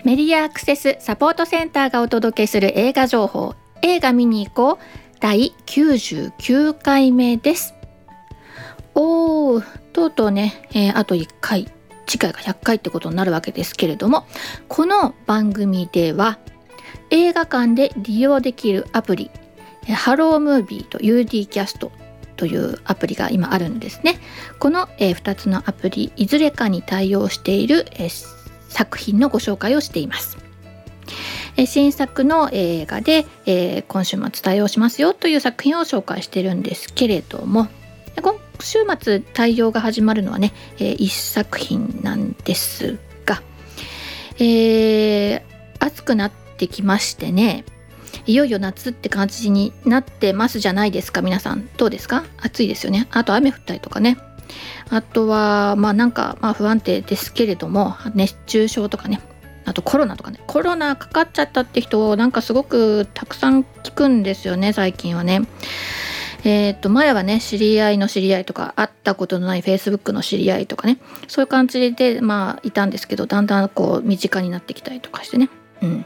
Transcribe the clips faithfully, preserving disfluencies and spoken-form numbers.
メディアアクセスサポートセンターがお届けする映画情報、映画見に行こうだいきゅうじゅうきゅうかいめです。おー、とうとうね、えー、あといっかい、次回がひゃっかいってことになるわけですけれども、この番組では映画館で利用できるアプリ、ハロームービーと ユーディー キャストというアプリが今あるんですね。この、えー、ふたつのアプリいずれかに対応している、えー、作品のご紹介をしています。えー、新作の映画で、えー、今週末対応しますよという作品を紹介しているんですけれども、今週末対応が始まるのはね、えー、いっさく品なんですが、えー、暑くなってきましてね、いよいよ夏って感じになってますじゃないですか。皆さんどうですか？暑いですよね。あと雨降ったりとかね、あとはまあなんかまあ不安定ですけれども、熱中症とかね、あとコロナとかね、コロナかかっちゃったって人なんかすごくたくさん聞くんですよね、最近はね。えー、と前はね、知り合いの知り合いとか会ったことのない Facebook の知り合いとかね、そういう感じでまあいたんですけど、だんだんこう身近になってきたりとかしてね、うん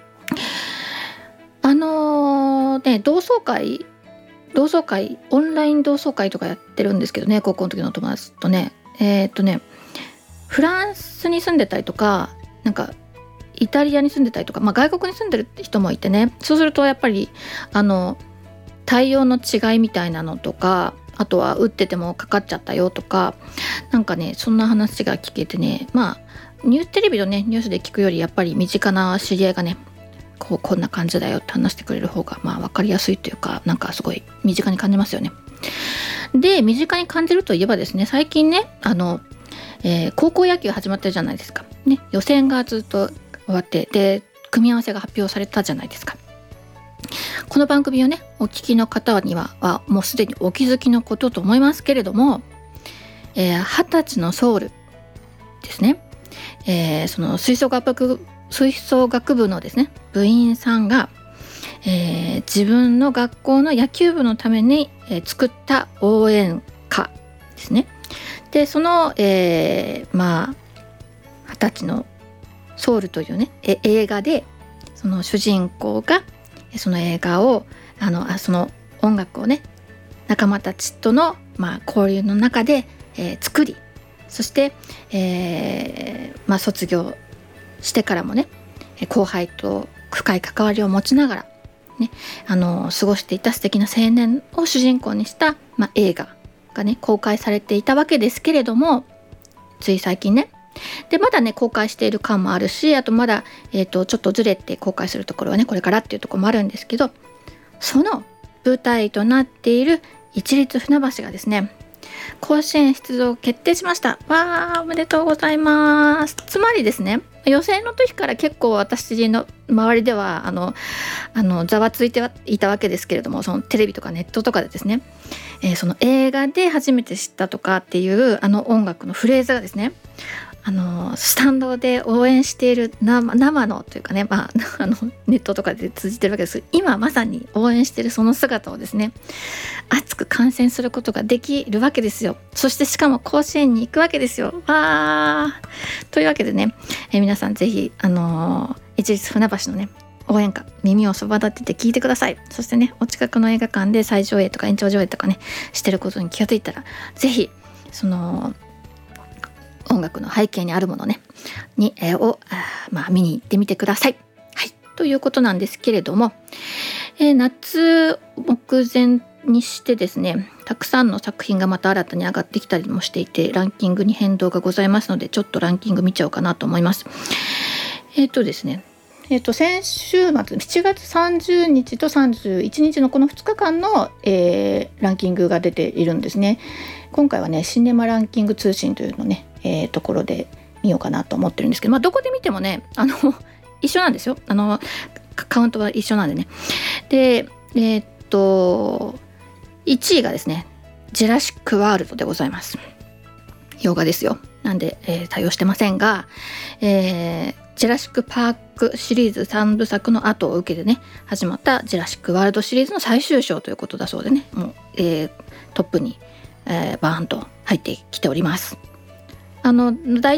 あのー、ね同窓会同窓会オンライン同窓会とかやってるんですけどね、高校の時の友達とね、えっとねフランスに住んでたりとか、なんかイタリアに住んでたりとか、まあ、外国に住んでる人もいてね、そうするとやっぱりあの対応の違いみたいなのとか、あとは打っててもかかっちゃったよとか、なんかねそんな話が聞けてね、まあニューテレビのねニュースで聞くよりやっぱり身近な知り合いがね、こうこんな感じだよって話してくれる方がまあ分かりやすいというか、なんかすごい身近に感じますよね。で、身近に感じるといえばですね、最近ねあの、えー、高校野球始まったじゃないですか、ね、予選がずっと終わって、で組み合わせが発表されたじゃないですか。この番組をねお聞きの方にははもうすでにお気づきのことと思いますけれども、えー、はたちのソウルですね、えー、その吹奏楽部吹奏楽部のですね部員さんが、えー、自分の学校の野球部のために、えー、作った応援歌ですね。でその、えー、まあはたちのソウルというねえ映画で、その主人公がその映画をあのあその音楽をね仲間たちとの、まあ、交流の中で、えー、作り、そして、えーまあ、卒業してからもね後輩と深い関わりを持ちながら、ね、あの過ごしていた素敵な青年を主人公にした、まあ、映画がね公開されていたわけですけれども、つい最近ねでまだね公開している感もあるし、あとまだ、えーと、ちょっとずれて公開するところはねこれからっていうところもあるんですけど、その舞台となっている市立船橋がですね甲子園出場決定しました。わー、おめでとうございます。つまりですね、予選の時から結構私の周りではあのあのざわついていたわけですけれども、そのテレビとかネットとかでですね、えー、その映画で初めて知ったとかっていうあの音楽のフレーズがですね、あのスタンドで応援している 生, 生のというかね、まあ、あのネットとかで通じてるわけです。今まさに応援しているその姿をですね熱く観戦することができるわけですよ。そしてしかも甲子園に行くわけですよ。わーというわけでね、えー、皆さんぜひあのー、市立船橋のね応援歌耳をそば立てて聞いてください。そしてねお近くの映画館で再上映とか延長上映とかねしてることに気がついたら、ぜひその音楽の背景にあるものねに、えー、をあ、まあ、見に行ってみてください。はい、ということなんですけれども、えー、夏目前にしてですねたくさんの作品がまた新たに上がってきたりもしていて、ランキングに変動がございますので、ちょっとランキング見ちゃおうかなと思います。えっ、ー、とですねえー、と先週末しちがつさんじゅうにちとさんじゅういちにちのこのふつかかんの、えー、ランキングが出ているんですね。今回はねシネマランキング通信というのをね、えー、ところで見ようかなと思ってるんですけど、まあ、どこで見てもねあの一緒なんですよ。あのカウントは一緒なんでね。でえっ、ー、といちいがですねジェラシックワールドでございます。洋画ですよ。なんで、えー、対応してませんが、えー、ジェラシックパークシリーズさんぶさくの後を受けてね始まったジェラシックワールドシリーズの最終章ということだそうでね、もう、えー、トップに、えー、バーンと入ってきております。あのだいた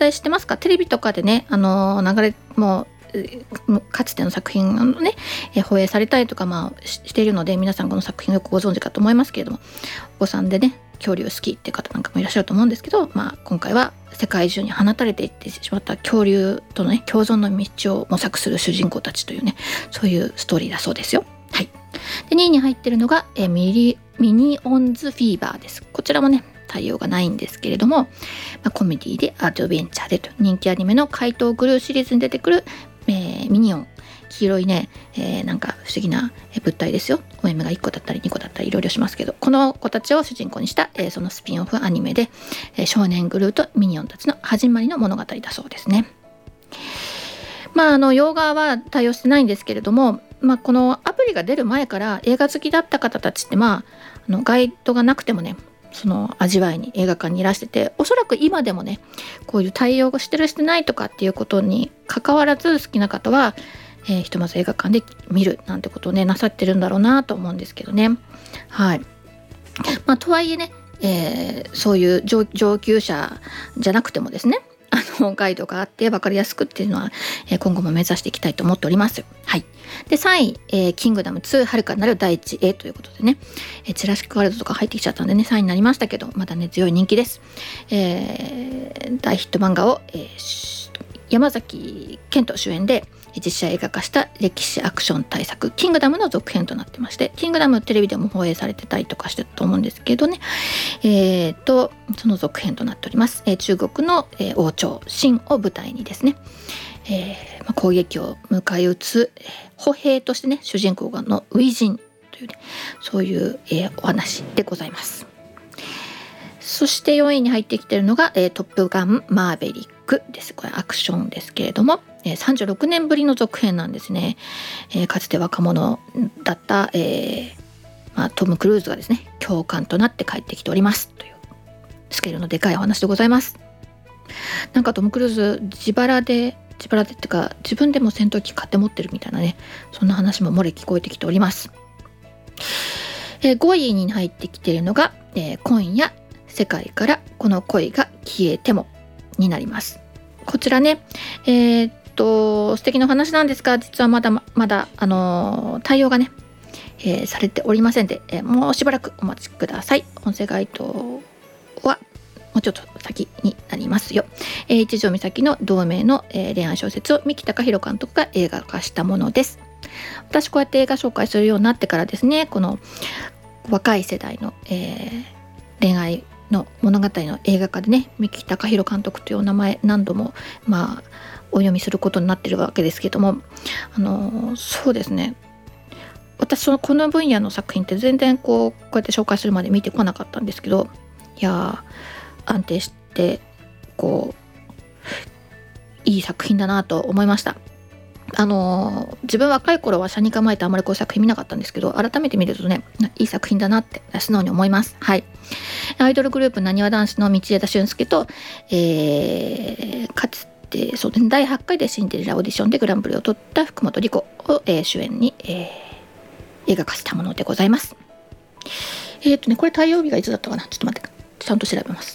伝してますか？テレビとかでね、あの流れもうかつての作品のね、え放映されたりとか、まあ、し, しているので、皆さんこの作品をよくご存知かと思いますけれども、お子さんでね恐竜好きっていう方なんかもいらっしゃると思うんですけど、まあ、今回は世界中に放たれていってしまった恐竜とのね共存の道を模索する主人公たちというね、そういうストーリーだそうですよ。はい。でにいに入ってるのがえミリミニオンズフィーバーです。こちらもね対応がないんですけれども、まあ、コメディでアドベンチャーでと人気アニメの怪盗グルーシリーズに出てくる、えー、ミニオン、黄色いね、えー、なんか不思議な物体ですよ。お目目がいっこだったりにこだったりいろいろしますけど、この子たちを主人公にした、えー、そのスピンオフアニメで、えー、少年グルーとミニオンたちの始まりの物語だそうですね。まああの洋画は対応してないんですけれども、まあ、このアプリが出る前から映画好きだった方たちって、まあ、あのガイドがなくてもねその味わいに映画館にいらしてて、おそらく今でもねこういう対応をしてるしてないとかっていうことに関わらず好きな方は、えー、ひとまず映画館で見るなんてことをねなさってるんだろうなと思うんですけどね。はい。まあ、とはいえね、えー、そういう 上, 上級者じゃなくてもですね、あのガイドがあって分かりやすくっていうのは、えー、今後も目指していきたいと思っております。はい。でさんい、えー、キングダムツー遥かなる大地へということでね、えー、チラシックワールドとか入ってきちゃったんでねさんいになりましたけど、まだね強い人気です。えー、大ヒット漫画を、えー、山崎賢人主演で実写映画化した歴史アクション大作キングダムの続編となってまして、キングダムテレビでも放映されてたりとかしてたと思うんですけどね、えー、とその続編となっております。えー、中国の、えー、王朝秦を舞台にですね、えーまあ、攻撃を迎え撃つ、えー、歩兵としてね主人公の初陣というねそういう、えー、お話でございます。そしてよんいに入ってきているのが、えー、トップガンマーベリックです。これアクションですけれども、えー、さんじゅうろくねんぶりの続編なんですね。えー、かつて若者だった、えーまあ、トム・クルーズがですね教官となって帰ってきておりますというスケールのでかいお話でございます。なんかトム・クルーズ自腹で自腹でっていうか自分でも戦闘機買って持ってるみたいなね、そんな話も漏れ聞こえてきております。えー、ごいに入ってきているのが、えー、今夜世界からこの恋が消えてもになります。こちらね、えー、っと素敵な話なんですが、実はまだまだあのー、対応がね、えー、されておりませんで、えー、もうしばらくお待ちください。音声ガイドはもうちょっと先になりますよ。えー、一条美咲の同名の、えー、恋愛小説を三木孝弘監督が映画化したものです。私こうやって映画紹介するようになってからですね、この若い世代の、えー、恋愛の物語の映画化でね、三木孝弘監督というお名前何度もまあお読みすることになっているわけですけども、あのそうですね、私そのこの分野の作品って全然こうこうやって紹介するまで見てこなかったんですけど、いや安定してこういい作品だなと思いました。あの自分若い頃は車に構えてあまりこういう作品見なかったんですけど、改めて見るとねいい作品だなって素直に思います。はい。アイドルグループなにわ男子の道枝駿佑と、えー、かつてそうだいはちかいでシンデレラオーディションでグランプリを取った福本莉子を、えー、主演に、えー、映画化したものでございます。えっとねこれ対応日がいつだったかな、ちょっと待ってちゃんと調べます。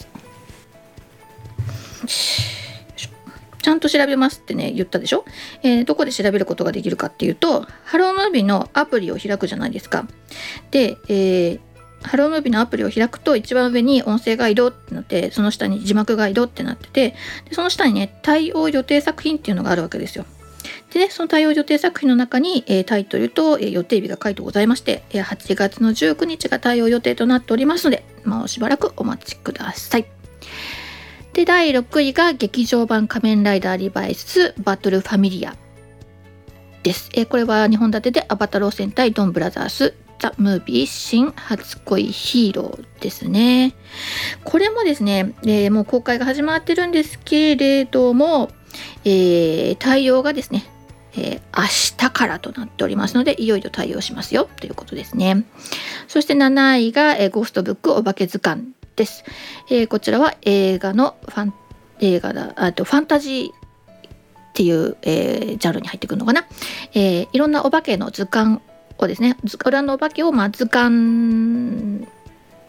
ちゃんと調べますってね言ったでしょ、えー、どこで調べることができるかっていうと、ハロームービーのアプリを開くじゃないですか。で、えー、ハロームービーのアプリを開くと一番上に音声ガイドってなって、その下に字幕ガイドってなってて、でその下にね対応予定作品っていうのがあるわけですよ。でね、その対応予定作品の中に、えー、タイトルと、えー、予定日が書いてございまして、えー、はちがつのじゅうくにちが対応予定となっておりますので、もうしばらくお待ちください。でだいろくいが劇場版仮面ライダーリバイスバトルファミリアです。えー、これはにほん立てでアバタロー戦隊ドンブラザースザ・ムービー新初恋ヒーローですね。これもですね、えー、もう公開が始まってるんですけれども、えー、対応がですね、えー、明日からとなっておりますので、いよいよ対応しますよということですね。そしてなないが、えー、ゴーストブックお化け図鑑です。えー、こちらは映画のファン映画だあとファンタジーっていう、えー、ジャンルに入ってくるのかな、えー、いろんなお化けの図鑑をですね、裏のお化けをまあ図鑑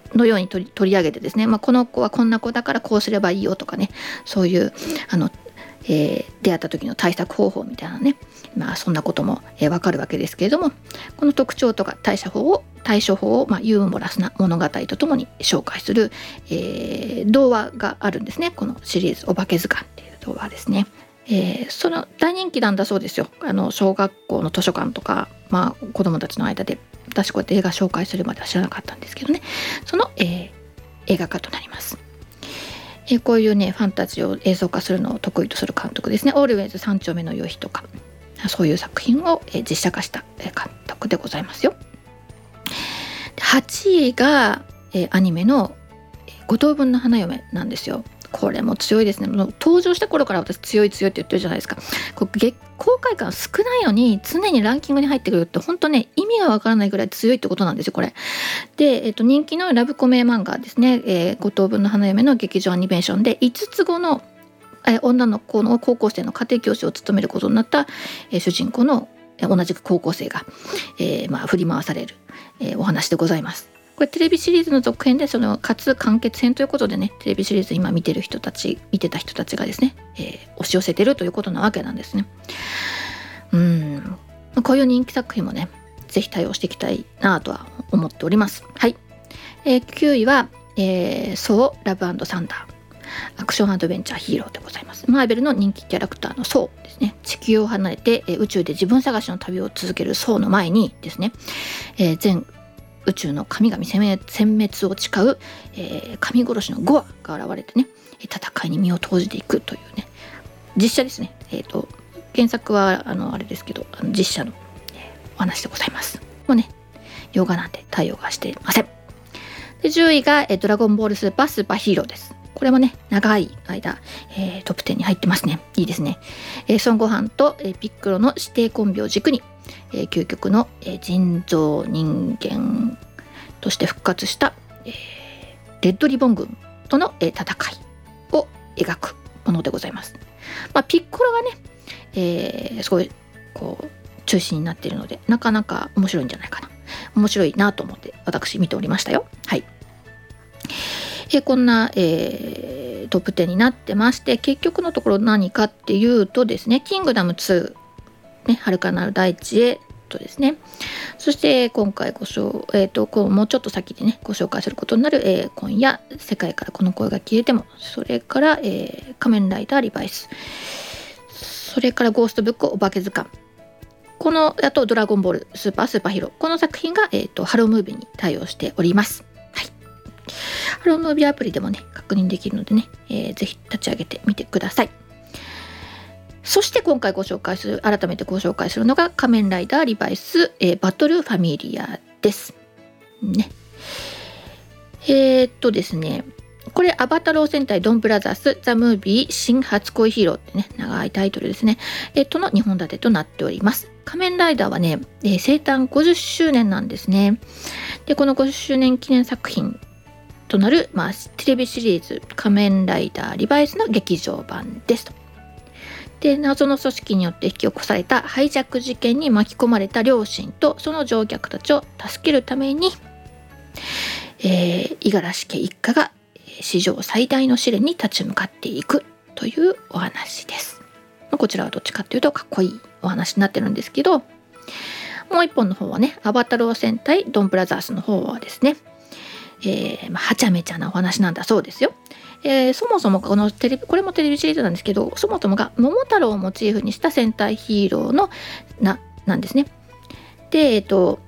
のように取り、取り上げてですね、まあ、この子はこんな子だからこうすればいいよとかね、そういうあの、えー、出会った時の対策方法みたいなね、まあ、そんなことも、えー、分かるわけですけれども、この特徴とか対処法を対処法を、まあ、ユーモラスな物語とともに紹介する、えー、童話があるんですね。このシリーズお化け図鑑っていう童話ですね。えー、その大人気なんだそうですよ。あの小学校の図書館とか、まあ、子どもたちの間で。私こうやって映画紹介するまでは知らなかったんですけどね、その、えー、映画化となります。えー、こういうねファンタジーを映像化するのを得意とする監督ですね。オールウェイズ三丁目の夕日とか、そういう作品を、えー、実写化した監督でございますよ。はちいが、えー、アニメの五等分の花嫁なんですよ。これも強いですね。もう登場した頃から私強い強いって言ってるじゃないですか。こう月公開感少ないのに常にランキングに入ってくるって本当ね意味がわからないぐらい強いってことなんですよこれ。で、えっと、人気のラブコメ漫画ですね、えー、五等分の花嫁の劇場アニメーションでいつつ子の、えー、女の子の高校生の家庭教師を務めることになった、えー、主人公の、えー、同じく高校生が、えーまあ、振り回される、えー、お話でございます。これテレビシリーズの続編でそのかつ完結編ということでね、テレビシリーズ今見てる人たち見てた人たちがですね、えー、押し寄せてるということなわけなんですね。うーんこういう人気作品もねぜひ対応していきたいなとは思っております。はい、えー、きゅういは、えー、ソーラブ&サンダーアクションアドベンチャーヒーローでございます。マーベルの人気キャラクターのソーですね。地球を離れて、えー、宇宙で自分探しの旅を続けるソーの前にですね、えー、全宇宙の神々殲滅を誓う、えー、神殺しのゴアが現れてね戦いに身を投じていくというね実写ですね。えーと原作はあのあれですけどあの実写の、えー、お話でございます。もうね洋画なんで対応がしていません。でじゅういが、えー、ドラゴンボールスーパースーパーヒーローです。これもね長い間、えー、トップじゅうに入ってますね。いいですね。えー、孫悟飯と、えー、ピッコロの師弟コンビを軸にえー、究極の、えー、人造人間として復活した、えー、レッドリボン軍との、えー、戦いを描くものでございます。まあ、ピッコロがね、えー、すごいこう中心になっているのでなかなか面白いんじゃないかな面白いなと思って私見ておりましたよ。はい、えー、こんな、えー、トップじゅうになってまして、結局のところ何かっていうとですね、キングダムツーね、遥かなる大地へとですね、そして今回ご紹介、えーと、こうもうちょっと先でねご紹介することになる、えー、今夜世界からこの声が消えても、それから、えー、仮面ライダーリバイス、それからゴーストブックお化け図鑑、このあとドラゴンボールスーパースーパーヒーロー、この作品が、えーと、ハロームービーに対応しております。はい、ハロームービーアプリでもね確認できるのでね、えー、ぜひ立ち上げてみてください。そして今回ご紹介する改めてご紹介するのが仮面ライダーリバイス、えー、バトルファミリアですね。えー、っとですねこれアバタロー戦隊ドンブラザースザ・ムービー新初恋ヒーローってね長いタイトルですね、えー、とのにほん立てとなっております。仮面ライダーはね、えー、生誕ごじゅっしゅうねんなんですね。でこのごじゅっしゅうねん記念作品となる、まあ、テレビシリーズ仮面ライダーリバイスの劇場版ですと。で謎の組織によって引き起こされたハイジャック事件に巻き込まれた両親とその乗客たちを助けるために、えー、五十嵐家一家が史上最大の試練に立ち向かっていくというお話です。こちらはどっちかっていうとかっこいいお話になってるんですけど、もう一本の方はねアバタロー戦隊ドンブラザースの方はですね、えーまあ、はちゃめちゃなお話なんだそうですよ。えー、そもそもこのテレビこれもテレビシリーズなんですけど、そもそもが桃太郎をモチーフにした戦隊ヒーローのななんですね。でえっ、ー、と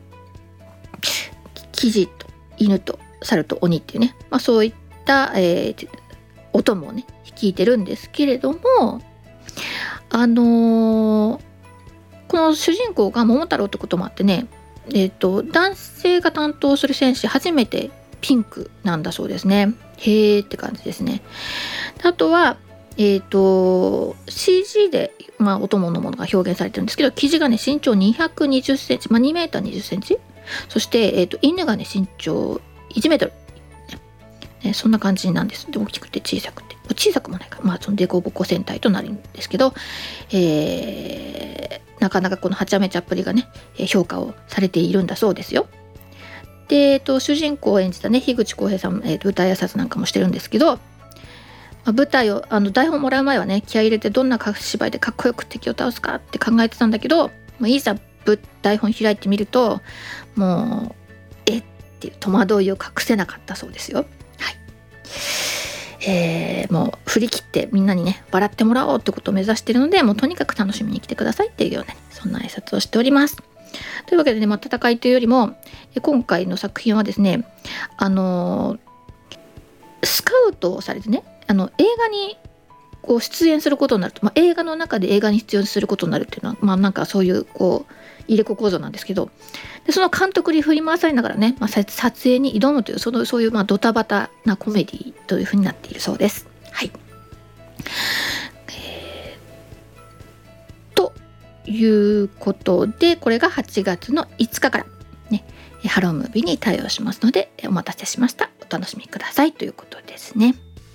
キジと犬と猿と鬼っていうね、まあ、そういった、えー、お供をね率いてるんですけれども、あのー、この主人公が桃太郎ってこともあってね、えーと、男性が担当する戦士初めてピンクなんだそうですね。へーって感じですね。あとは、えーと、シージー で、まあ、お供のものが表現されてるんですけど、生地がね身長にひゃくにじゅっセンチ、まあ、にメーターにじゅっセンチ、そして、えーと、犬がね身長いちメートル、ね、そんな感じなんです。で大きくて小さくて小さくもないか、まあそのデコボコ戦隊となるんですけど、えー、なかなかこのはちゃめちゃっぷりがね評価をされているんだそうですよ。 で、えー、と主人公を演じたね樋口浩平さん、えー、と舞台挨拶なんかもしてるんですけど、まあ、舞台をあの台本もらう前はね気合い入れてどんな芝居でかっこよく敵を倒すかって考えてたんだけど、まあ、いざ台本開いてみるともうえっていう戸惑いを隠せなかったそうですよ。はい、えー、もう振り切ってみんなにね笑ってもらおうってことを目指しているので、もうとにかく楽しみに来てくださいっていうような、ね、そんな挨拶をしております。というわけでね、まあ、戦いというよりも今回の作品はですね、あのー、スカウトをされてね、あの映画にこう出演することになると、まあ、映画の中で映画に出演することになるっていうのは、まあ、なんかそういうこう入れ子構造なんですけど、でその監督に振り回されながらね、まあ、撮影に挑むというそのそういうまあドタバタなコメディというふうになっているそうです。はい、えー、ということで、これがはちがつのいつかからねハロームービーに対応しますので、お待たせしました、お楽しみくださいということですね。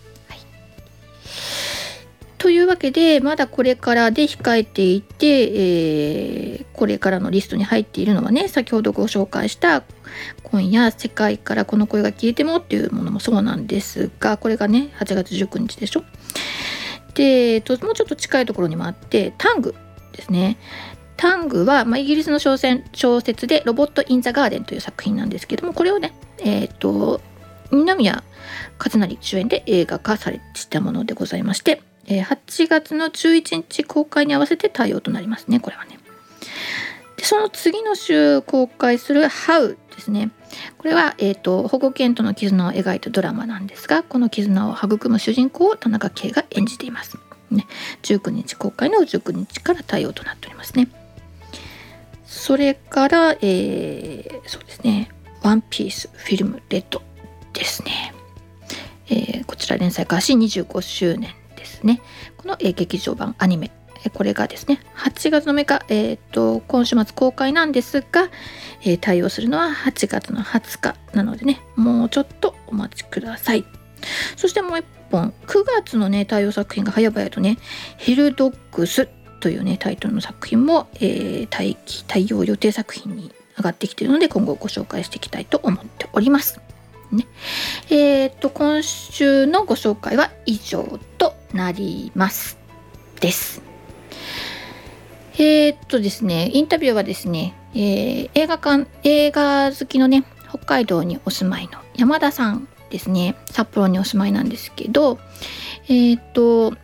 というわけで、まだこれからで控えていて、えー、これからのリストに入っているのはね、先ほどご紹介した今夜世界からこの声が消えてもっていうものもそうなんですが、これがねはちがつじゅうくにちでしょ。で、ともうちょっと近いところにもあって、タングですね。タングは、まあ、イギリスの小説小説でロボット・イン・ザ・ガーデンという作品なんですけども、これをね、えっと二宮和也主演で映画化されたものでございまして、はちがつのじゅういちにち公開に合わせて対応となりますね、これはね。でその次の週公開するハウですね。これは、えーと、保護犬との絆を描いたドラマなんですが、この絆を育む主人公を田中圭が演じています、ね、じゅうくにち公開のじゅうくにちから対応となっておりますね。それから、えー、そうですね、ワンピースフィルムレッドですね。えー、こちら連載開始にじゅうごしゅうねんですね。この、えー、劇場版アニメ、えー、これがですねはちがつのむいか、えー、と今週末公開なんですが、えー、対応するのははちがつのはつかなのでね、もうちょっとお待ちください。そしてもう一本くがつのね対応作品が早々とねヒルドッグスというねタイトルの作品も、えー、対対応予定作品に上がってきているので、今後ご紹介していきたいと思っておりますね。えー、と今週のご紹介は以上となりますです。えー、っとですねインタビューはですね、えー、映画館映画好きのね北海道にお住まいの山田さんですね。札幌にお住まいなんですけど、えー、っと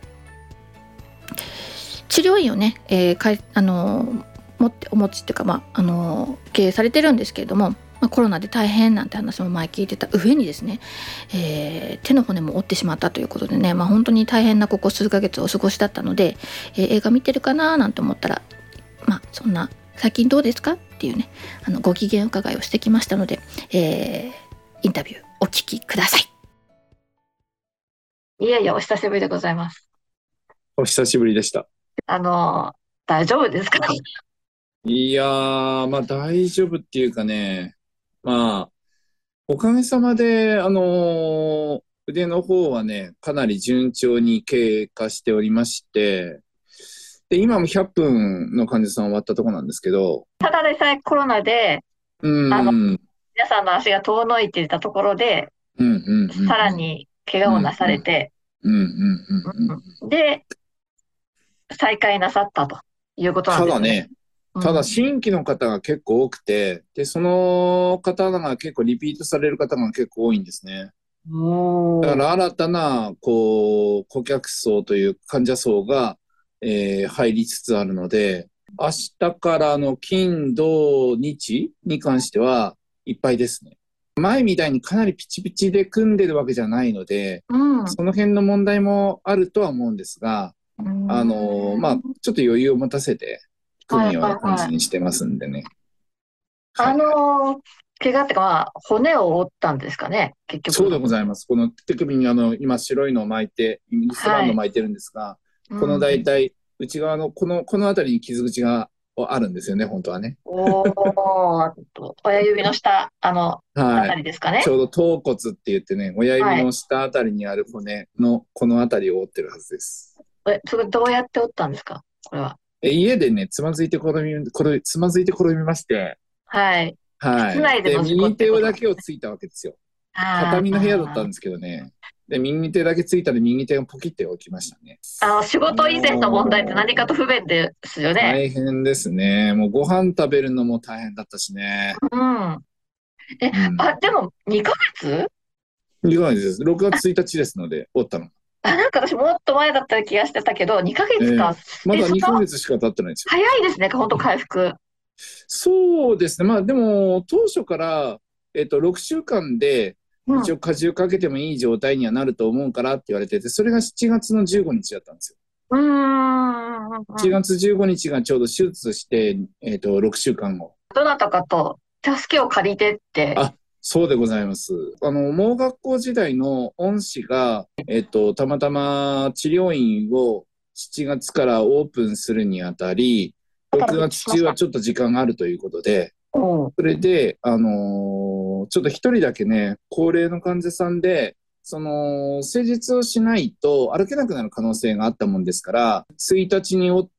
治療院をね、えー、かいあの持ってお持ちっていうか、まあ、あの経営されてるんですけれども、まあ、コロナで大変なんて話も前聞いてた上にですね、えー、手の骨も折ってしまったということでね、まあ、本当に大変なここ数ヶ月お過ごしだったので、えー、映画見てるかななんて思ったら、まあそんな最近どうですかっていうねあのご機嫌伺いをしてきましたので、えー、インタビューお聞きください。いやいやお久しぶりでございます。 お久しぶりでした。 あの大丈夫ですか？ いやー、まあ大丈夫っていうかね、まあ、おかげさまで、あのー腕の方はね、かなり順調に経過しておりまして、で、今もひゃっぷんの患者さん終わったところなんですけど、 ただでさえコロナで、 うん、 あの、 うん、 皆さんの足が遠のいていたところで、 うん、うん、 さらに怪我をなされて、 うん、うん、うん、うん。 で、再開なさったということなんですね。 ただね、ただ新規の方が結構多くて、で、その方が結構リピートされる方が結構多いんですね。だから新たな、こう、顧客層という患者層が、えー入りつつあるので、明日からの金、土、日に関してはいっぱいですね。前みたいにかなりピチピチで組んでるわけじゃないので、 うん。 その辺の問題もあるとは思うんですが、あのーまあ、ちょっと余裕を持たせて組むような感じにしてますんでね。 あのー怪我ってか、まあ、骨を折ったんですかね、結局。 そうでございます。この手首にあの今白いのを巻いて、リストバンドを巻いてるんですが、はい、この大体内側のこのこの辺りに傷口があるんですよね、本当はね。おお親指の下、あの、はい、あたりですかね。 ちょうど頭骨って言ってね、親指の下あたりにある骨のこのあたりを折ってるはずです。 え、それどうやって折ったんですか、これは。 え家でね、つまずいて転び、転びつまずいて転びまして、 はい。 はい。 室内でで、 の事故右手ってことだけをついたわけですよ。 あ畳の部屋だったんーですけどね。で、右手だけついたら右手がポキって落ちましたね。 あの、仕事以前の問題って何かと不便ですよね。 大変ですね。もうご飯食べるのも大変だったしね。 うん。え、 うん。 あ、でもにかげついかがです。ろくがつついたちですので、おったの。 あ、なんか私もっと前だった気がしてたけど、にかげつか。 えーまえ、 だ2 そんなヶ月しか経ってないんですよ。 早いですね、本当回復。 そうですね。まあでも、当初から、えっと、ろくしゅうかんで、 うん。 一応荷重かけてもいい状態にはなると思うからって言われてて、それがしちがつのじゅうごにちだったんですよ。 うーん。うんしちがつじゅうごにちがちょうど手術して、えっと、ろくしゅうかんご。 どなたかと助けを借りてって。 あ、そうでございます。あの、盲学校時代の恩師が、えっと、たまたま治療院をしちがつからオープンするにあたり、ろくがつ中はちょっと時間があるということで、 うんそれで、あのーちょっと一人だけね、高齢の患者さんで、その、施術をしないと歩けなくなる可能性があったもんですから、ついたちに折って、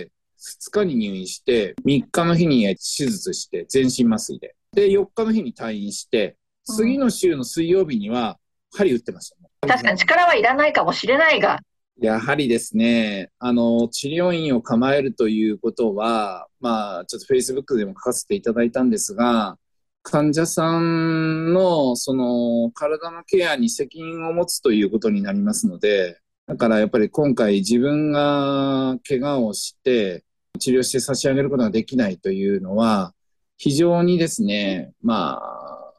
ふつかに入院して、みっかの日に手術して、全身麻酔で。で、よっかの日に退院して、次の週の水曜日には針打ってましたね。 確かに力はいらないかもしれないが。 やはりですね、あの、治療院を構えるということは、まあ、ちょっと Facebook でも書かせていただいたんですが、患者さんの、その、体のケアに責任を持つということになりますので、だからやっぱり今回自分が怪我をして、治療して差し上げることができないというのは、非常にですね、まあ、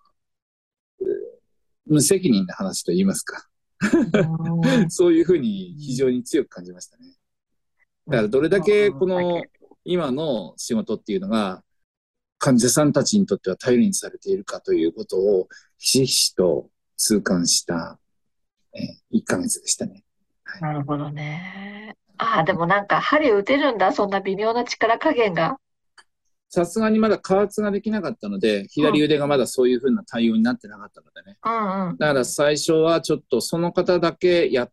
無責任な話と言いますか。そういうふうに非常に強く感じましたね。だからどれだけこの今の仕事っていうのが患者さんたちにとっては頼りにされているかということをひしひしと痛感したいっかげつでしたね。 はい、なるほどね。ああ、でもなんか針打てるんだ、そんな微妙な力加減が。 さすがにまだ加圧ができなかったので、左腕がまだそういうふうな対応になってなかったのでね。 うんうん。 だから最初はちょっとその方だけやって、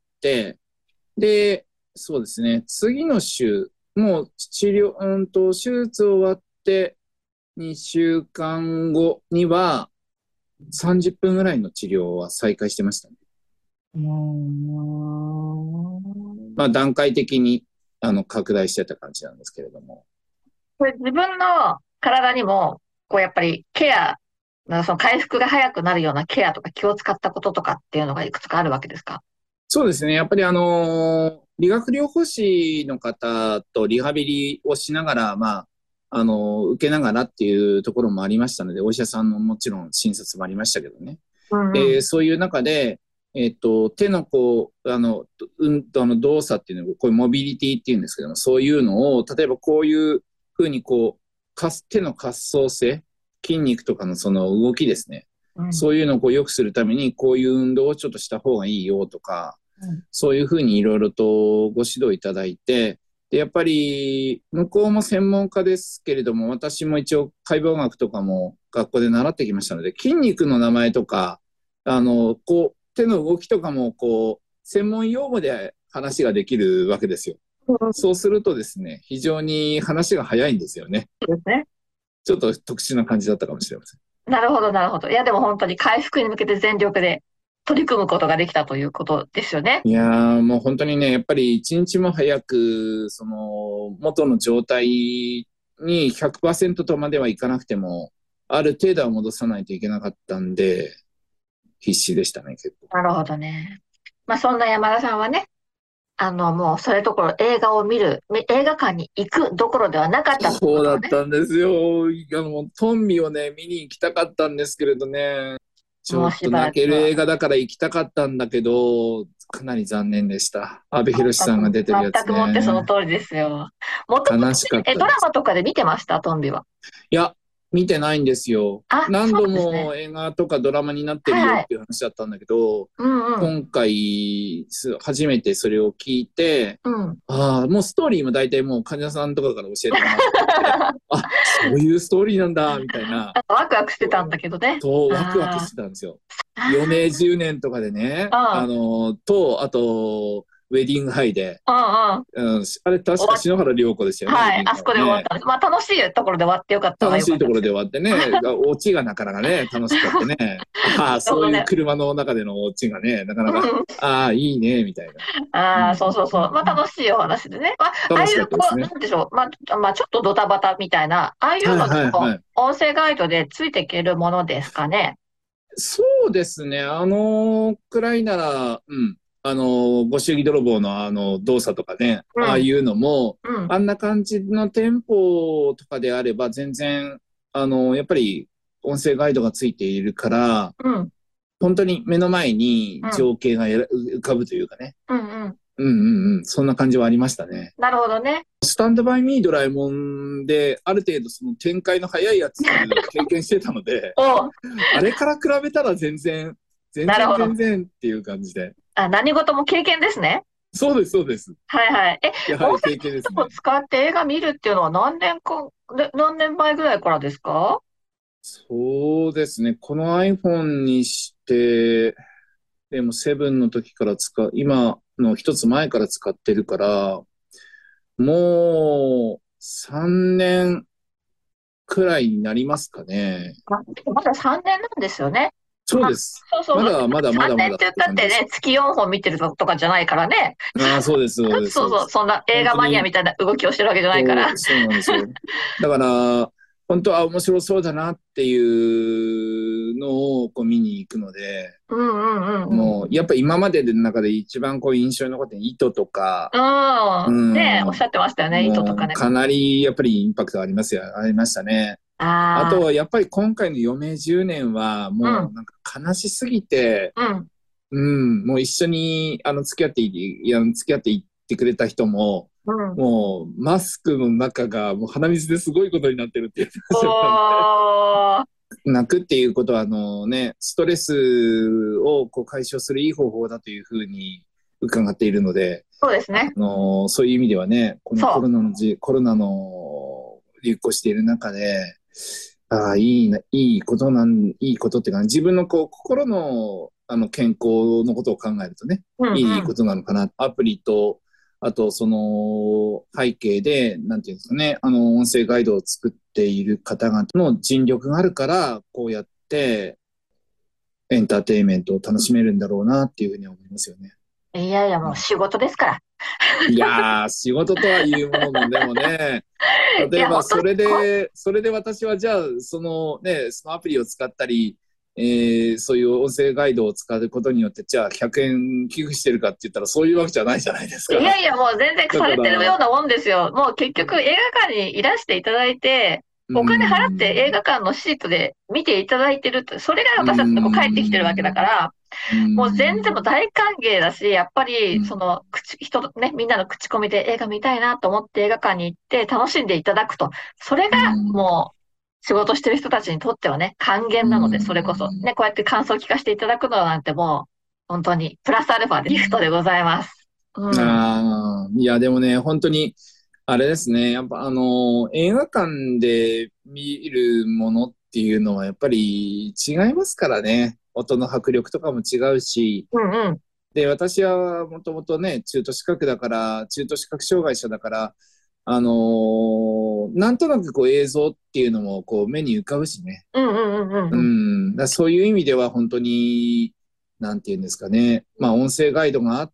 で、そうですね、次の週、もう治療、うんと、手術終わってにしゅうかんごにはさんじゅっぷんぐらいの治療は再開してましたね。 うーん。 まあ段階的にあの拡大してた感じなんですけれども。 これ自分の体にも、こうやっぱりケア、なんかその回復が早くなるようなケアとか気を使ったこととかっていうのがいくつかあるわけですか？ そうですね。やっぱりあの、理学療法士の方とリハビリをしながら、まあ、あの、受けながらっていうところもありましたので、お医者さんのもちろん診察もありましたけどね。 うんうん、 で、そういう中で、えっと、手のこう、あの、うんと、あの、動作っていうのを、こういうモビリティっていうんですけども、そういうのを、例えばこういうふうにこう、かす手の滑走性、筋肉とかのその動きですね。 うん、 そういうのをこう良くするために、こういう運動をちょっとした方がいいよとか、 うん、 そういうふうにいろいろとご指導いただいて、で、やっぱり、向こうも専門家ですけれども、私も一応解剖学とかも学校で習ってきましたので、筋肉の名前とか、あの、こう、手の動きとかも、こう、専門用語で話ができるわけですよ。そうするとですね、非常に話が早いんですよね。 そうですね。 ちょっと特殊な感じだったかもしれません。 なるほど、なるほど。いや、でも本当に回復に向けて全力で取り組むことができたということですよね。 いやー、もう本当にね、やっぱり一日も早く、その、元の状態に ひゃくパーセント とまではいかなくても、ある程度は戻さないといけなかったんで、必死でしたね、結構。 なるほどね。まあ、そんな山田さんはね、あの、もうそれどころ映画を見る、映画館に行くどころではなかったってことそうだをね。 ったんですよ。あの、トンビをね、見に行きたかったんですけれどね。ちょっと泣ける映画だから行きたかったんだけど、かなり残念でした。阿部寛さんが出てるやつね。 全くもってその通りですよ。もともと悲しかったえ、 です。 ドラマとかで見てましたトンビは？ いや、見てないんですよ。 あ、 何度そうですね。 も映画とかドラマになってるよっていう話だったんだけど、 うんうん。 今回す初めてそれを聞いて、 うん。 ああ、もうストーリーも大体もう患者さんとかから教えてもらってて、あ、そういうストーリーなんだ、みたいな。 ワクワクしてたんだけどね。 そう、ワクワクしてたんですよ。 あー余命じゅうねんとかでね、 あーあの、と、あと、 ウェディングハイで。 うんうん。 うん、あれ確か篠原涼子でしたよね。 はい、あそこで終わったんです。まあ楽しいところで終わってよかったな。 楽しいところで終わってね、オチがなかなかね、楽しかったね。ああ、そういう車の中でのオチがね、なかなか、ああ、いいね、みたいな。 ああ、そうそうそう。まあ楽しいお話でね。まあ、ああいう、こう、なんでしょう。まあ、まあ、ちょっとドタバタみたいな、ああいうのも、音声ガイドでついていけるものですかね。 そうですね。あのくらいなら、うん。あの、ご祝儀泥棒のあの動作とかね、うん、ああいうのも、うん、あんな感じのテンポとかであれば、全然、あの、やっぱり音声ガイドがついているから、うん、本当に目の前に情景が浮かぶというかね。うんうん。うんうんうん。そんな感じはありましたね。 なるほどね。 スタンドバイミードラえもんで、ある程度その展開の早いやつ経験してたので、あれから比べたら全然、全然全然っていう感じで。 あ、何事も経験ですね。 そうです、そうです。 はいはい。え、 やはり経験ですね。 を使って映画見るっていうのは何年か、何年前ぐらいからですか？ そうですね。この iPhone にして、でもセブンの時から使う、今の一つ前から使ってるから、もうさんねんくらいになりますかね。 あ、まださんねんなんですよね。 そうです。 そうそう。 まだまだまだまだ。さんねんって言ったってね、月よんほん見てるとかじゃないからね。 ああ、そうです、そうです。 そうそう、そんな映画マニアみたいな動きをしてるわけじゃないから。 そうなんですよ。だから、本当は面白そうだなっていうのをこう見に行くので、うんうんうん、もうやっぱ今までの中で一番こう印象に残ってる糸とか、 うん、ねおっしゃってましたよね、糸とかね。 かなりやっぱりインパクトありますよ、ありましたね。あ, あとはやっぱり今回の余命じゅうねんはもうなんか悲しすぎて、うん、うん、もう一緒にあの付き合っていいや付き合っていってくれた人も、うん、もうマスクの中がもう鼻水ですごいことになってるって言ってましたね。泣くっていうことはあの、ね、ストレスをこう解消するいい方法だというふうに伺っているので、 そうですね。 あのそういう意味ではね、このコロナのじコロナの流行している中で、ああ、いいな、いいことなん、いいことっていうか、自分のこう心のあの健康のことを考えるとね、うんうん、いいことなのかな。アプリと、あとその背景で、なんていうんですかね、あの音声ガイドを作っている方々の尽力があるから、こうやってエンターテインメントを楽しめるんだろうなっていうふうに思いますよね。 いやいや、もう仕事ですから。 いやー、仕事とはいうものの、でもね、例えばそれで、それで私はじゃあ、そのね、そのアプリを使ったり、えー、そういう音声ガイドを使うことによって、じゃあひゃくえん寄付してるかって言ったらそういうわけじゃないじゃないですか。 いやいや、もう全然されてるようなもんですよ。もう結局映画館にいらしていただいて、お金払って映画館のシートで見ていただいてると、それが私たちのこう帰ってきてるわけだから、もう全然も大歓迎だし、やっぱり、その、口、人、ね、みんなの口コミで映画見たいなと思って映画館に行って楽しんでいただくと。それがもう、仕事してる人たちにとってはね、還元なので、それこそ。ね、こうやって感想を聞かせていただくのなんてもう、本当に、プラスアルファでギフトでございます。 うん、ああ、いや、でもね、本当に、あれですね、やっぱあの、映画館で見るものっていうのはやっぱり違いますからね。音の迫力とかも違うし、うんうん、で、私はもともとね、中途視覚だから、中途視覚障害者だから、あのー、なんとなくこう映像っていうのもこう目に浮かぶしね。うんうんうんうん。うん、だそういう意味では本当に、なんていうんですかね、まあ音声ガイドがあって、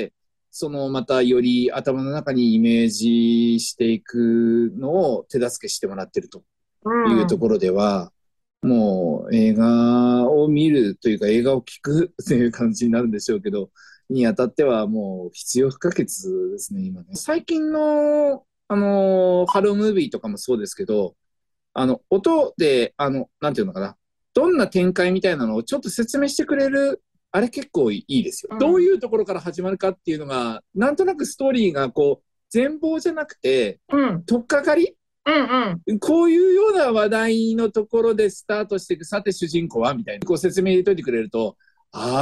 そのまたより頭の中にイメージしていくのを手助けしてもらってるというところでは、うん、もう映画を見るというか映画を聞くという感じになるんでしょうけど、にあたってはもう必要不可欠ですね、今ね。最近の、あの、ハロームービーとかもそうですけど、あの、音で、あの、なんていうのかな、どんな展開みたいなのをちょっと説明してくれる、あれ結構いいですよ。うん、どういうところから始まるかっていうのが、なんとなくストーリーがこう、全貌じゃなくて、うん、とっかかり、うんうん、こういうような話題のところでスタートしていく、さて主人公はみたいな、こう説明入れといてくれると、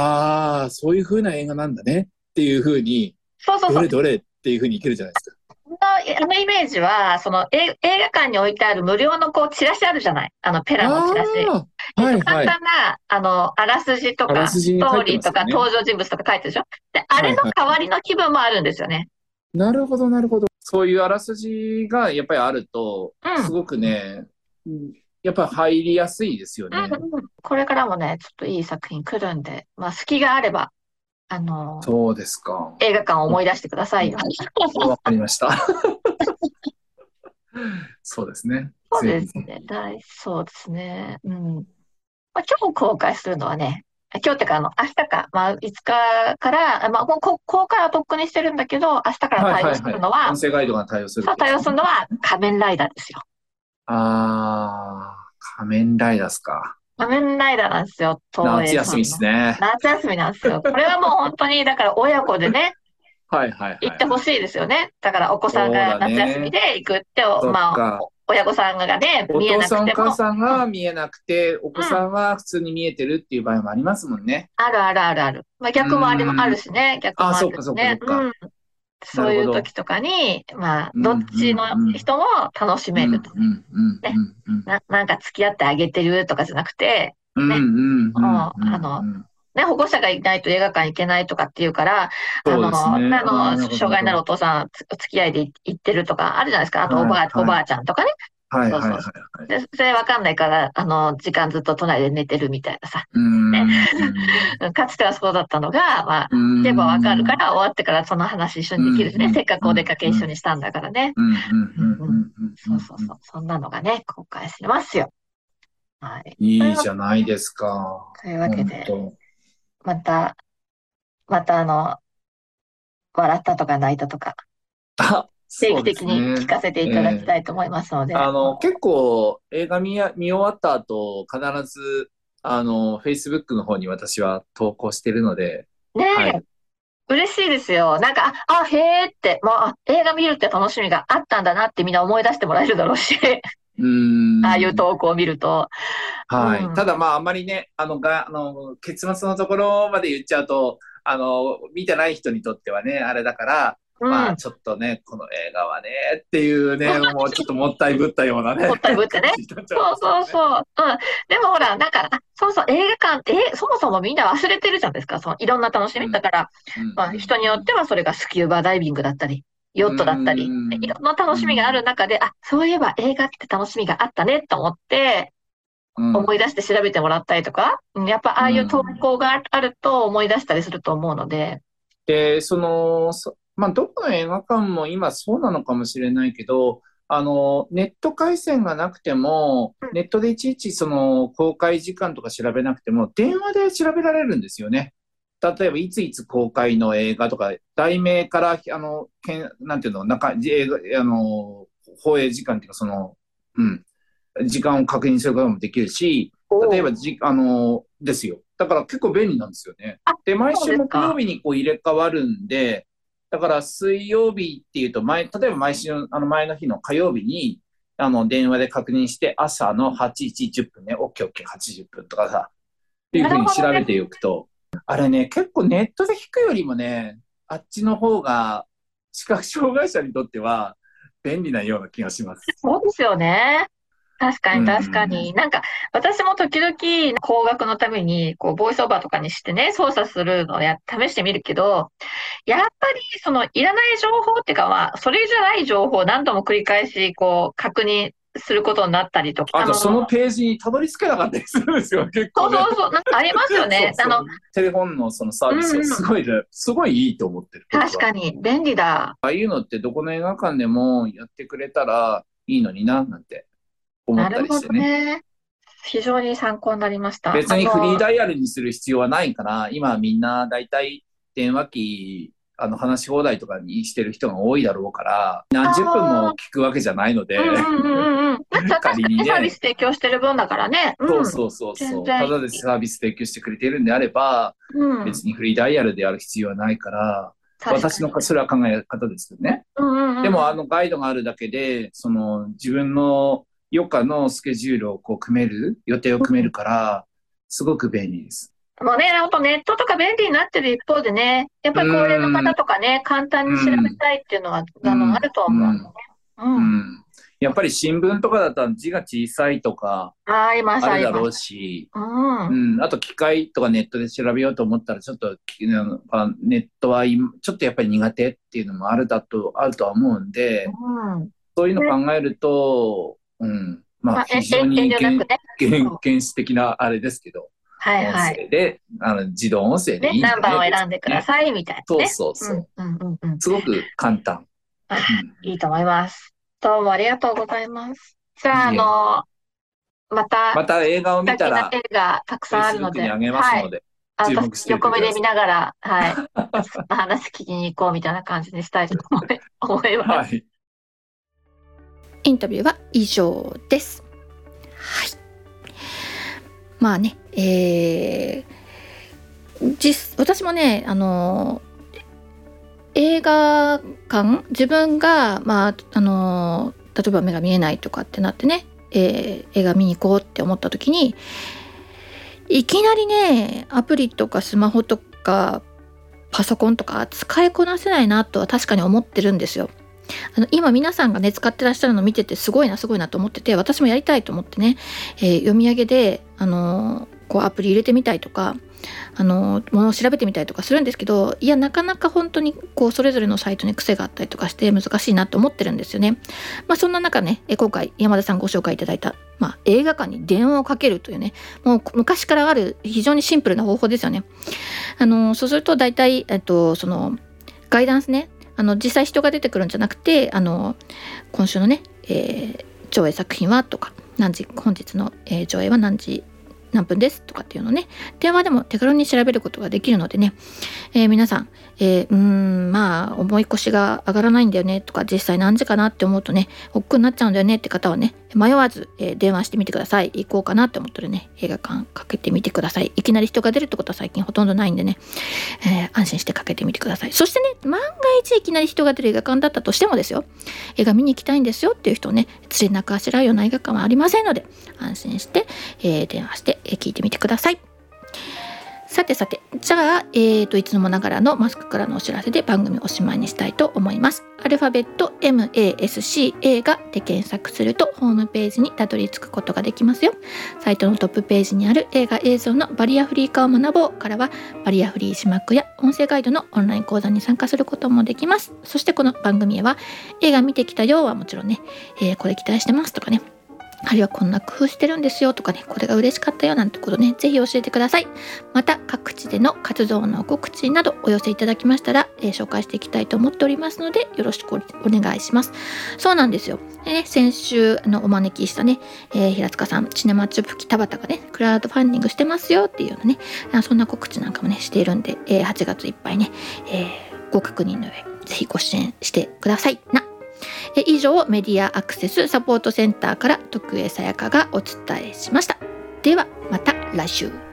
ああ、そういう風な映画なんだねっていう風に、そうそうそうどれどれっていう風にいけるじゃないですか。 あのイメージは、その映映画館に置いてある無料のこうチラシあるじゃない。あのペラのチラシ。えっああ、 と、 はいはい。 簡単な、あの、あらすじとあらか、 すじに書いてストーリーますよね。 とか登場人物とか書いてるでしょ。で、あはいはい。 れの代わりの気分もあるんですよね。 なるほど、なるほど。そういうあらすじがやっぱりあると、 うん。 すごくね、うんやっぱり入りやすいですよね。 うんうん。これからもね、ちょっといい作品来るんで、まあ、隙があれば、あの、 そうですか。 映画館を思い出してくださいよ。 わかりました。そうですね。 そうぜひぜですね。大、そうですね。うん。まあ、今日公開するのはね、あ今日ってか、あの、明日か、まあ、いつかから、あまあ、もうこ、公開はとっくにしてるんだけど、明日かひ。はいら対応すはいはい。 るのは、 音声ガイドが対応するっそう、 てやつね。 対応するのは仮面ライダーですよ。 あー、仮面ライダーっすか。 仮面ライダーなんですよ、東夏休みっ映さんの。 すね。 夏休みなんですよ。これはもう本当に、だから親子でね、 はいはいはいはい。 行ってほしいですよね。だからお子さんそうだが夏休みね。 で行くって、おそっまあ、 か。 お親御さんがね、見えお父さんおなくても、 母さんうん、 が見えなくて、お子うん、 さんは普通に見えてるっていう場合もありますもんね。 あるあるあるある。まあうー逆もありもあん。 るしね、逆あ、 もあそっかそっかそるしね。 っか。 うん。そういうなるほど。 時とかに、まあ、 うん、うどっちのん、うん。 人も楽しうん、 めると。 うん、うん、 ね。 うん、うん。 な、なんか付き合ってあげてるとかじゃなくて、 うん、うね。 ん、 うん、 うん、うあの、 ん。 ね、保護者がいないと映画館行けないとかっていうから、あそうですの、 ね。 ねあの、 ああ、なるほど、 障害になるなるほど。 お父さん、つお付き合いで行ってるとかあるじゃないですか。あと、おはい、 ばあ、おはい。 ばあちゃんとかね。 はい、はい、はい、 そうそうそはい。 う。で、それわかんないから、あの、時間ずっと都内で寝てるみたいなさ。 うーね。 ん、うん、 かつてはそうだったのが、まあ、 うー行けばわかるかん、 ら、終わってからその話一緒うん、 にできるしね。 うん、 せっかくうん、 お出かけ一緒うん、 にしたんだからね。 うん、うん、うん、 うんうん。 うん、うん、うん。 そうそうそう。そんなのがね、公開しますよ。はい。というわ、 いいじゃないですか。 というわけで、 本当。 また、またあの、笑ったとか泣いたとか、 あ、 定期そうで的に聞すね。 かせていただきええたいと思いますので、 あの、結構映画見や、見終わった後、必ず、あの、Facebook の方に私は投稿してるので、 ねえ、 はい。 嬉しいですよ。なんか、あ、あへーって、まあ、あ映画見るって楽しみがあったんだなってみんな思い出してもらえるだろうし、 うーああいうん。 投稿を見ると。うはい。たん。 だまあ、あんまりね、あの、が、あの、結末のところまで言っちゃうと、あの、見てない人にとってはね、あれだから、 うまあ、 ん。 ちょっとね、この映画はね、っていうね、もうちょっともったいぶったようなもね、 ったいぶってね。 感じになっちゃうんそうですけどね。 そうそう。うん。でもほら、なんか、あそうそう、映画館って、え、そもそもみんな忘れてるじゃないですか。そのいろんな楽しみ。だうん。 から、 うん、 まあ、人によってはそれがスキューバダイビングだったり、 うヨットだったり、いん。 ろんな楽しみがあるうん。 中で、あ、そういえば映画って楽しみがあったねと思って、 うん。うん。 思い出して調べてもらったりとか、うんやっぱあうあいう投ん。 稿があると思い出したりすると思うので、 で、その、そまあ、どこの映画館も今そうなのかもしれないけど、あの、ネット回線がなくても、 うんネットでいちいちその公開時間とか調べなくても、電話で調べられるんですよね。例えば、いついつ公開の映画とか、題名から、あの、けん、なんていうの、中、映画、あの、放映時間っていうか、その、うん、時間を確認することもできるし、 おお。 例えばじ、あの、ですよ。だから結構便利なんですよね。 あ、 で、毎そう週木曜ですか。 日にこう入れ替わるんで、だから水曜日っていうと前、例えば毎週、あの前の日の火曜日に、あの、電話で確認して、朝のはちじじゅっぷんね、オッケーオッケーはちじゅっぷんとかさ、っていうなふうにるほどね。 調べておくと、あれね、結構ネットで聞くよりもね、あっちの方が、視覚障害者にとっては便利なような気がします。 そうですよね。確かうに確かん。 に。なんか、私も時々、工学のために、こう、ボイスオーバーとかにしてね、操作するのをや、試してみるけど、やっぱり、その、いらない情報っていうか、まあ、それじゃない情報を何度も繰り返し、こう、確認することになったりとか、ああと、 の、 そのページにたどり着けなかったりするんですよ、結構ね。 そうそうそう、なんかありますよね。あの、 そうそう。テレフォンのそのサーうビスはんうん、 すごいね、すごいいいと思ってる、僕は。 確かに、便利だ。 ああいうのってどこの映画館でもやってくれたらいいのにな、なんて思ったなるほどりしてね。 ね。非常に参考になりました。 別にフリーあの、 ダイヤルにする必要はないから、今みんなだいたい電話機、あの話し放題とかにしてる人が多いだろうから、何十分もあ聞くわけじゃないのうんうで、 んうんうんうん。まあ、た確かにサービス仮にね、 提供してる分だからね。うん。 そうそうそうそう。た全然いい。 だでサービス提供してくれているんであれば、 うん。 別にフリーダイヤルである必要はないから、私の確かに。 それは考え方ですよね。 うんうんうんうん。 でもあのガイドがあるだけで、その自分の余暇のスケジュールをこう組める、予定を組めるから、すごく便利です。 もうね、本当ネットとか便利になってる一方でね、やっぱり高齢の方とかね、簡単に調べたいっていうのは、あの、あると思うのね。 うん。うん、やっぱり新聞とかだったら字が小さいとかあるだろうし、うん、うん、あと機械とかネットで調べようと思ったらちょっとネットはちょっとやっぱり苦手っていうのもあるだとあるとは思うんで、うん、そういうの考えると、ね、うん、まあ非常に原始的なあれですけど、はいはい、音声であの自動音声でいいんじゃないですか、ね、 何番を選んでくださいみたいな、ね、 そうそうそう、うんうんうん、すごく簡単、 うん、いいと思います。どうもありがとうございます。じゃあ、あのまた、 また映画を見たら、 映画たくさんあるので、 Facebookにあげますので、はい、注目していてください。 横目で見ながら、はい、話聞きに行こうみたいな感じにしたいと思います。はい、 インタビューは以上です。はい。まあね、えー、実私もね、あの映画館、自分が、まああの例えば目が見えないとかってなってね、えー、映画見に行こうって思った時に、いきなりねアプリとかスマホとかパソコンとか使いこなせないなとは確かに思ってるんですよ。あの今皆さんがね使ってらっしゃるのを見ててすごいなすごいなと思ってて、私もやりたいと思ってね、えー、読み上げで、あのー、こうアプリ入れてみたいとか、あのー、ものを調べてみたりとかするんですけど、いやなかなか本当にこうそれぞれのサイトに癖があったりとかして難しいなと思ってるんですよね。まあそんな中ね、今回山田さんご紹介いただいた、まあ、映画館に電話をかけるというね、もう昔からある非常にシンプルな方法ですよね。あのー、そうすると大体、えっと、そのガイダンスね、あの実際人が出てくるんじゃなくて、あの今週のね、えー、上映作品はとか、何時本日の、えー、上映は何時何分ですとかっていうのをね、電話でも手軽に調べることができるのでね、えー、皆さん、えー、うーんまあ思い越しが上がらないんだよねとか、実際何時かなって思うとね億劫になっちゃうんだよねって方はね、迷わず、えー、電話してみてください。行こうかなって思ったらね、映画館かけてみてください。いきなり人が出るってことは最近ほとんどないんでね、えー、安心してかけてみてください。そしてね、万が一いきなり人が出る映画館だったとしてもですよ、映画見に行きたいんですよっていう人をね、連れなくあしらうような映画館はありませんので、安心して、えー、電話して聞いてみてください。さてさて、じゃあ、えーといつもながらのマスクからのお知らせで番組おしまいにしたいと思います。アルファベット エムエーエスシー 映画で検索するとホームページにたどり着くことができますよ。サイトのトップページにある映画映像のバリアフリー化を学ぼうからは、バリアフリー字幕や音声ガイドのオンライン講座に参加することもできます。そしてこの番組へは、映画見てきたよはもちろんね、えー、これ期待してますとかね、あるいはこんな工夫してるんですよとかね、これが嬉しかったよなんてことね、ぜひ教えてください。また各地での活動の告知などお寄せいただきましたら、えー、紹介していきたいと思っておりますので、よろしくお願いします。そうなんですよ。でね、先週あのお招きしたね、えー、平塚さん、シネマチュプキ田畑がね、クラウドファンディングしてますよっていうのね、そんな告知なんかもねしているんで、えー、はちがついっぱいね、えー、ご確認の上、ぜひご支援してくださいな。以上、メディアアクセスサポートセンターから徳江さやかがお伝えしました。ではまた来週。